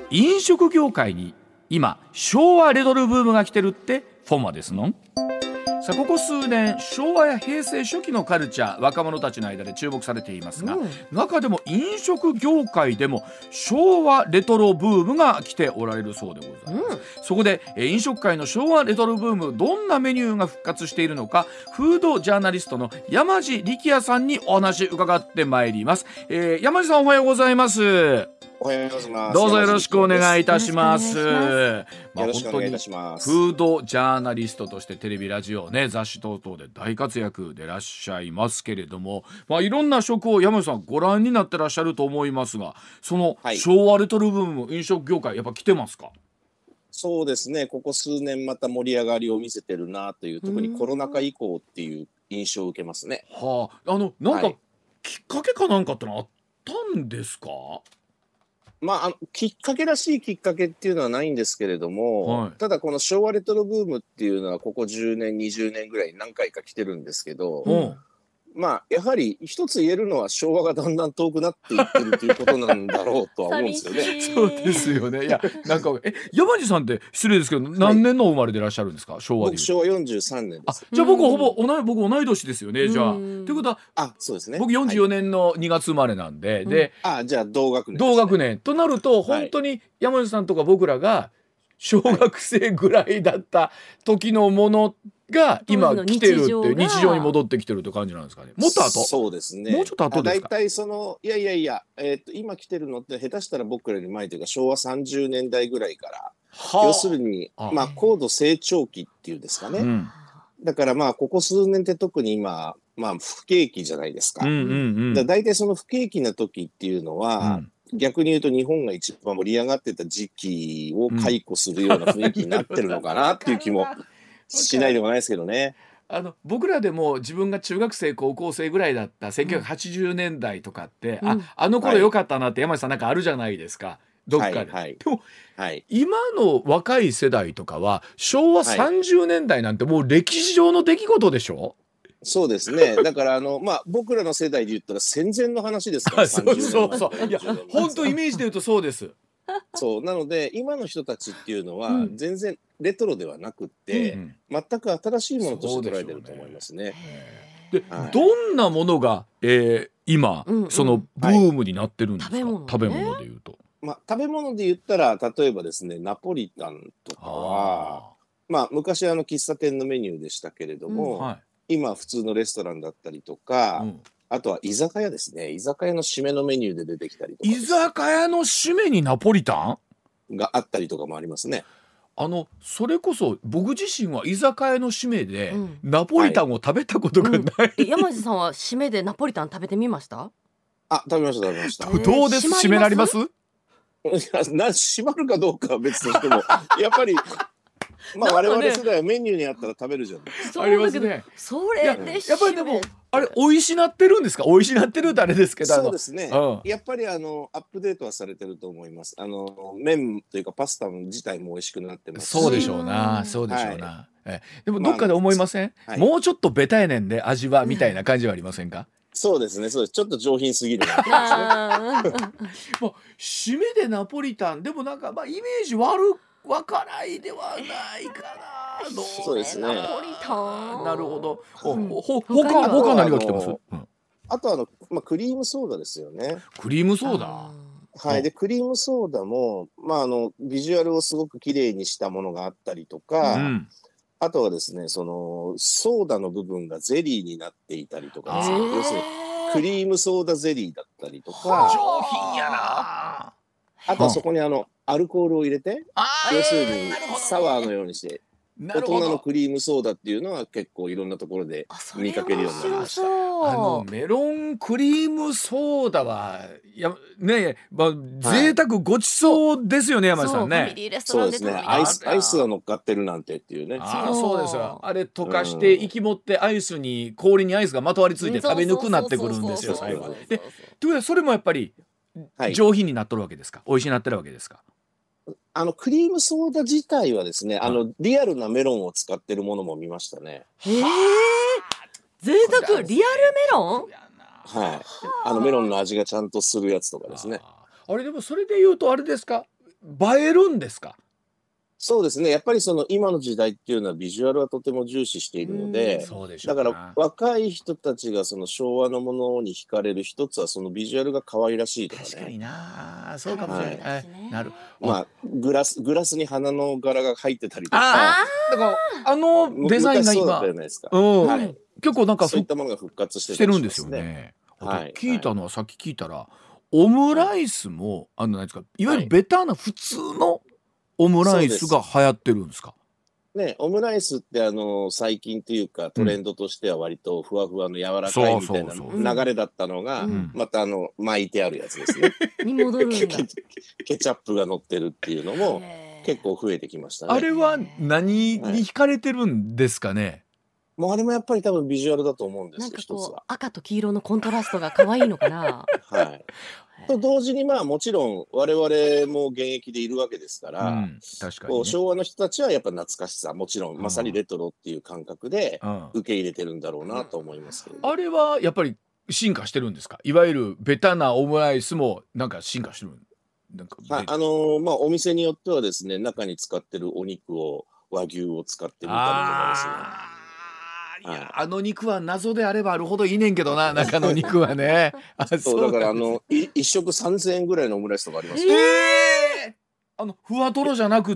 飲食業界に今昭和レトロブームが来てるってフォンマですの。さあここ数年昭和や平成初期のカルチャー若者たちの間で注目されていますが、中でも飲食業界でも昭和レトロブームが来ておられるそうでございます、そこで飲食界の昭和レトロブーム、どんなメニューが復活しているのか、フードジャーナリストの山地力也さんにお話伺ってまいります。山地さん、おはようございます。 おはようございます。 どうぞよろしくお願いいたします。 よろしくお願いいたします。 フードジャーナリストとしてテレビラジオね、雑誌等々で大活躍でいらっしゃいますけれども、いろんな食を山内さんご覧になってらっしゃると思いますが、その昭和レトロブーム、飲食業界やっぱ来てますか？ そうですね、ここ数年また盛り上がりを見せてるなという、特にコロナ禍以降っていう印象を受けますね。 なんかきっかけかなんかってのあったんですか？ きっかけらしいきっかけっていうのはないんですけれども、ただこの昭和レトロブームっていうのはここ10年20年ぐらい何回か来てるんですけど、やはり一つ言えるのは昭和がだんだん遠くなっていってるということなんだろうとは思うんですよね。 そうですよね。いやなんか山地さんって失礼ですけど何年の生まれでいらっしゃるんですか？昭和でいう。 僕昭和43年です。 じゃあ僕僕同い年ですよね。じゃあということはそうですね、 僕44年の2月生まれなんで、 じゃあ同学年ですね。 同学年となると本当に山地さんとか僕らが小学生ぐらいだった時のものが今来てるっていう、日常に戻ってきてるって感じなんですかね。もっと後？ そうですね、 もうちょっと後ですか？ だいたい今来てるのって下手したら僕らより前というか昭和30年代ぐらいから、要するに高度成長期っていうんですかね、だからここ数年って特に今不景気じゃないですか。だいたいその不景気な時っていうのは、逆に言うと日本が一番盛り上がってた時期を解雇するような雰囲気になってるのかなっていう気もしないでもないですけどね。 僕らでも自分が中学生高校生ぐらいだった1980年代とかって、あの頃良かったなって山地さんなんかあるじゃないですか、どっかで。でも、今の若い世代とかは昭和30年代なんてもう歴史上の出来事でしょ？ そうですね。だから僕らの世代で言ったら戦前の話ですから。 そう。いや本当イメージで言うとそうです。 そうなので今の人たちっていうのは全然レトロではなくって、全く新しいものとして捉えてると思いますね。 で、どんなものが、今、そのブームになってるんですか？食べ物で言うと。 食べ物で言ったら例えばですね、ナポリタンとかは昔喫茶店のメニューでしたけれども、今普通のレストランだったりとか、あとは居酒屋ですね。居酒屋の締めのメニューで出てきたりとか。 居酒屋の締めにナポリタンがあったりとかもありますね。 それこそ僕自身は居酒屋の締めでナポリタンを食べたことがない、 山地さんは締めでナポリタン食べてみました？ 食べました。 どうです？締めなります？ 締まるかどうかは別としてもやっぱり我々世代はメニューにあったら食べるじゃないですか。 ありますね。 それでやっぱりでもあれ美味しなってるんですか？美味しなってるってあれですけど。 そうですね、やっぱりアップデートはされてると思います。麺というかパスタ自体も美味しくなってますし。 そうでしょうな。でもどっかで思いません？もうちょっとベタやねんで味はみたいな感じはありませんか？ そうですね、ちょっと上品すぎるなってもう締めでナポリタンでもなんかイメージわからないではないかな。 そうですね。 ナポリタン。 なるほど。他何が来てます？ あとクリームソーダですよね。 クリームソーダ。 でクリームソーダもビジュアルをすごく綺麗にしたものがあったりとか、あとはですね、そのソーダの部分がゼリーになっていたりとかですね、要するにクリームソーダゼリーだったりとか、 上品やな。 あとはそこにアルコールを入れて、要するにサワーのようにして大人のクリームソーダっていうのは結構いろんなところで見かけるようになりました。 メロンクリームソーダは贅沢ごちそうですよね、山地さんね。 そうですね、アイスが乗っかってるなんてっていうね。 そうですよ。あれ溶かして息持って氷にアイスがまとわりついて食べにくくなってくるんですよ、最後で。ということはそれもやっぱり上品になっとるわけですか？美味しいなってるわけですか？ クリームソーダ自体はですね、リアルなメロンを使ってるものも見ましたね。 贅沢、リアルメロン？ メロンの味がちゃんとするやつとかですね。 あれでもそれで言うとあれですか？ えるんですか？ そうですね。やっぱりその今の時代っていうのはビジュアルはとても重視しているので、 そうでしょうな。 だから若い人たちがその昭和のものに惹かれる一つはそのビジュアルが可愛らしいとかね。 確かにな、そうかもしれない。なる。 まあグラスに花の柄が入ってたりとか。 だからデザインが今、 昔そうだったじゃないですか。 はい、結構なんかそういったものが復活してるんですよね。あと聞いたのは、さっき聞いたらオムライスもなんですか、いわゆるベターな普通のオムライスが流行ってるんですか？ ね、オムライスって最近というかトレンドとしては割とふわふわの柔らかいみたいな流れだったのが、また巻いてあるやつですね。 に戻るんだ。 ケチャップが乗ってるっていうのも結構増えてきましたね。 あれは何に惹かれてるんですかね？ もうあれもやっぱり多分ビジュアルだと思うんですよ。 なんかこう赤と黄色のコントラストが可愛いのかな。 はい。と同時にまあもちろん我々も現役でいるわけですから、 確かにね、 昭和の人たちはやっぱ懐かしさ、もちろんまさにレトロっていう感覚で受け入れてるんだろうなと思いますけど、 あれはやっぱり進化してるんですか？いわゆるベタなオムライスもなんか進化してる？なんかまあお店によってはですね、中に使ってるお肉を和牛を使ってみたりとかですね。 いや、肉は謎であればあるほどいいねんけどな、中の肉はね。 そうだから一食3000円ぐらいのオムライスとかありますよ。 ふわとろじゃなくって？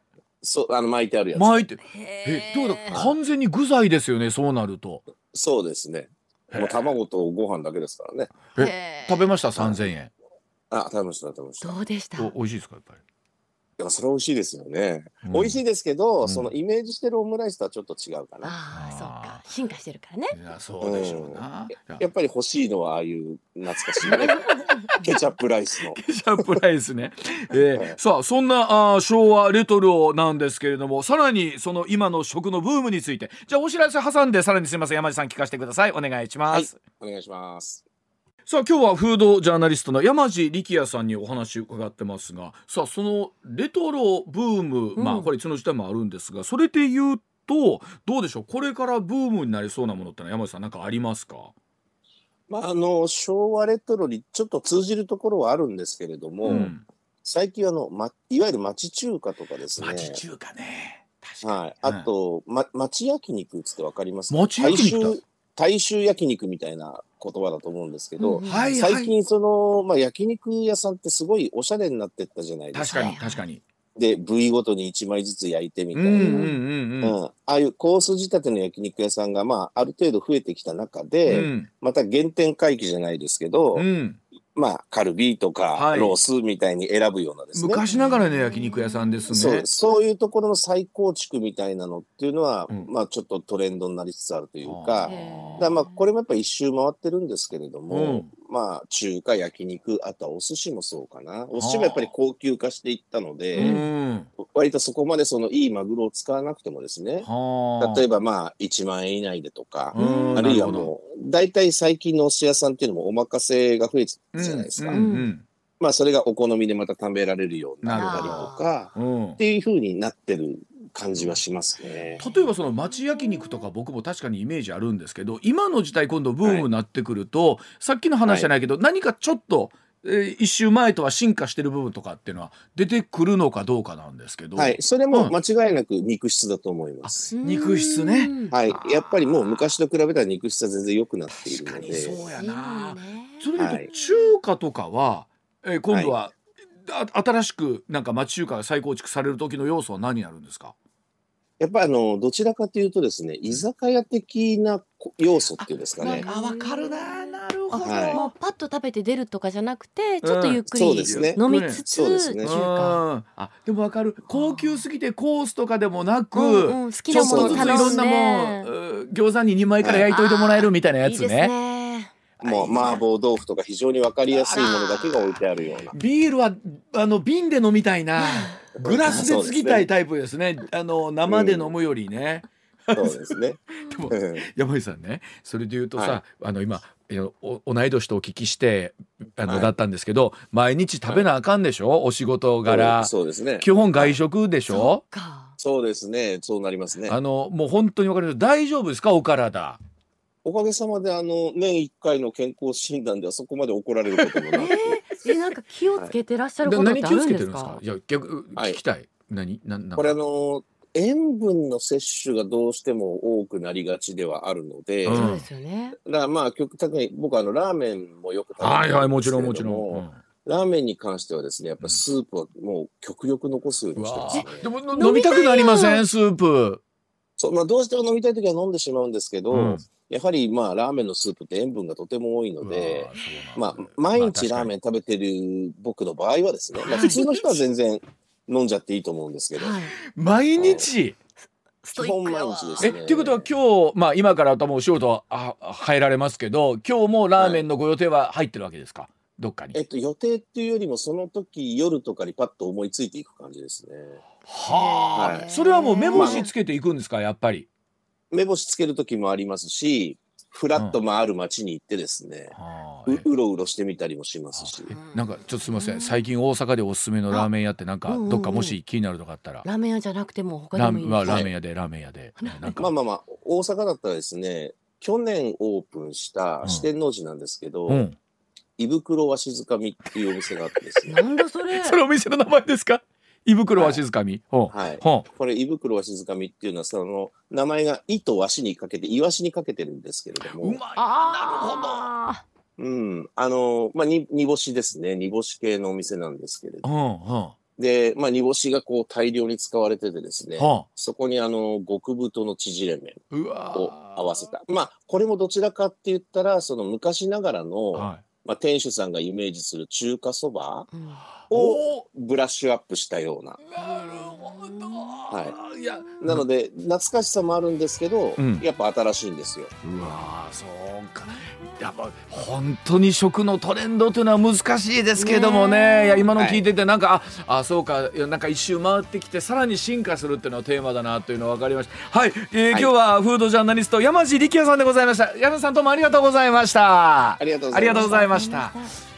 そう巻いてあるやつ。 巻いて、どうだ、完全に具材ですよね、そうなると。 そうですね。もう卵とご飯だけですからね。 食べました？ 3000 円。 食べました。 どうでした？ 美味しいですか？やっぱり。 いや、それ美味しいですよね。美味しいですけど、そのイメージしてるオムライスとはちょっと違うかな。 そうか、進化してるからね。 いや、そうでしょうな。 やっぱり欲しいのはああいう懐かしいね。ケチャップライスの。 ケチャップライスね。さあ、そんな昭和レトロなんですけれども、さらにその今の食のブームについて、じゃあお知らせ挟んで、さらにすみません、山地さん聞かせてください。お願いします。 はい、お願いします。 さあ、今日はフードジャーナリストの山地力也さんにお話伺ってますが、さあそのレトロブーム、これいつの時代もあるんですが、それで言うとどうでしょう、これからブームになりそうなものってのは山地さん何かありますか？ 昭和レトロにちょっと通じるところはあるんですけれども、最近いわゆる町中華とかですね。 町中華ね。 確かに。はい。あと、町焼肉ってわかりますか？ 町焼肉。 大衆焼肉みたいな言葉だと思うんですけど、最近焼肉屋さんってすごいおしゃれになってったじゃないですか。 確かに。 で、部位ごとに1枚ずつ焼いてみたいな。ああいうコース仕立ての焼肉屋さんが、ある程度増えてきた中で、また原点回帰じゃないですけど、カルビとかロースみたいに選ぶようなですね。 昔ながらの焼肉屋さんですね。 そういうところの再構築みたいなのっていうのは、ちょっとトレンドになりつつあるというか、これもやっぱ一周回ってるんですけれども、中華、焼肉、あとはお寿司もそうかな。お寿司もやっぱり高級化していったので、割とそこまでいいマグロを使わなくてもですね、例えば1万円以内でとか、あるいはもう、大体最近のお寿司屋さんっていうのもお任せが増えてるじゃないですか。それがお好みでまた食べられるようになったりとか、っていう風になってる感じはしますね。 例えばその町焼肉とか僕も確かにイメージあるんですけど、今の時代今度ブームになってくると、さっきの話じゃないけど、何かちょっと一周前とは進化してる部分とかっていうのは出てくるのかどうかなんですけど、 それも間違いなく肉質だと思います。 肉質ね。 やっぱりもう昔と比べたら肉質は全然良くなっているので。 確かにそうやな。それで言うと中華とかは、今度は、新しくなんか町中華が再構築される時の要素は何になるんですか？ やっぱどちらかというとですね、居酒屋的な要素っていうんですかね。 わかるな。なるほど。 もうパッと食べて出るとかじゃなくて、ちょっとゆっくり飲みつつ中華。 でもわかる。高級すぎてコースとかでもなく、 好きなもの頼んで、 いろんなもん餃子に2枚から焼いといてもらえるみたいなやつね。 もう麻婆豆腐とか非常に分かりやすいものだけが置いてあるような。 ビールは瓶で飲みたいな。グラスで継ぎたいタイプですね。生で飲むよりね。 そうですね。 でも山井さんね、それで言うとさ、今同い年とお聞きしてだったんですけど、毎日食べなあかんでしょ、お仕事柄。 そうですね。 基本外食でしょ。 そうですね。そうなりますね。 もう本当に分かるけど大丈夫ですか、お体。 おかげさまで年1回の健康診断ではそこまで怒られることもなくなんか気をつけてらっしゃることってあるんですか？ いや逆聞きたい。 これ塩分の摂取がどうしても多くなりがちではあるので、 そうですよね。 だから極端に僕ラーメンもよく食べてるんですけども、 もちろんもちろん。 ラーメンに関してはですね、やっぱスープはもう極力残すようにしてますね。 でも飲みたくなりません？スープ。 そう、どうしても飲みたいときは飲んでしまうんですけど、やはりラーメンのスープって塩分がとても多いので、毎日ラーメン食べてる僕の場合はですね、普通の人は全然飲んじゃっていいと思うんですけど、 毎日基本毎日ですね。 っていうことは今日、今から多分お仕事は入られますけど、今日もラーメンのご予定は入ってるわけですか？どっかに。 予定っていうよりもその時夜とかにパッと思いついていく感じですね。 それはもう目星つけていくんですか？やっぱり目星つける時もありますし、フラッと回る街に行ってですね、うろうろしてみたりもしますし。 なんかちょっとすみません、最近大阪でおすすめのラーメン屋ってなんかどっかもし気になるとかあったら。 ラーメン屋じゃなくても他でもいいです。 ラーメン屋でなんか大阪だったらですね、去年オープンした四天王寺なんですけど、胃袋わしづかみっていうお店があってですね。 なんだそれ。 それお店の名前ですか？胃袋わしづかみ。これ胃袋わしづかみっていうのはその名前が胃とわしにかけてイワシにかけてるんですけれども。 うまい。なるほど。煮干しですね。煮干し系のお店なんですけれども。で、煮干しが大量に使われててですね、そこに極太の縮れ麺を合わせた。これもどちらかって言ったら、その昔ながらの、店主さんがイメージする中華そばをブラッシュアップしたような。 なるほど。 なので懐かしさもあるんですけど、やっぱ新しいんですよ。 そうか。やっぱ本当に食のトレンドというのは難しいですけどもね。いや今の聞いててなんか、そうか、なんか一周回ってきてさらに進化するっていうのはテーマだなというのが分かりました。今日はフードジャーナリスト山地力也さんでございました。山地さんどうもありがとうございました。 ありがとうございました。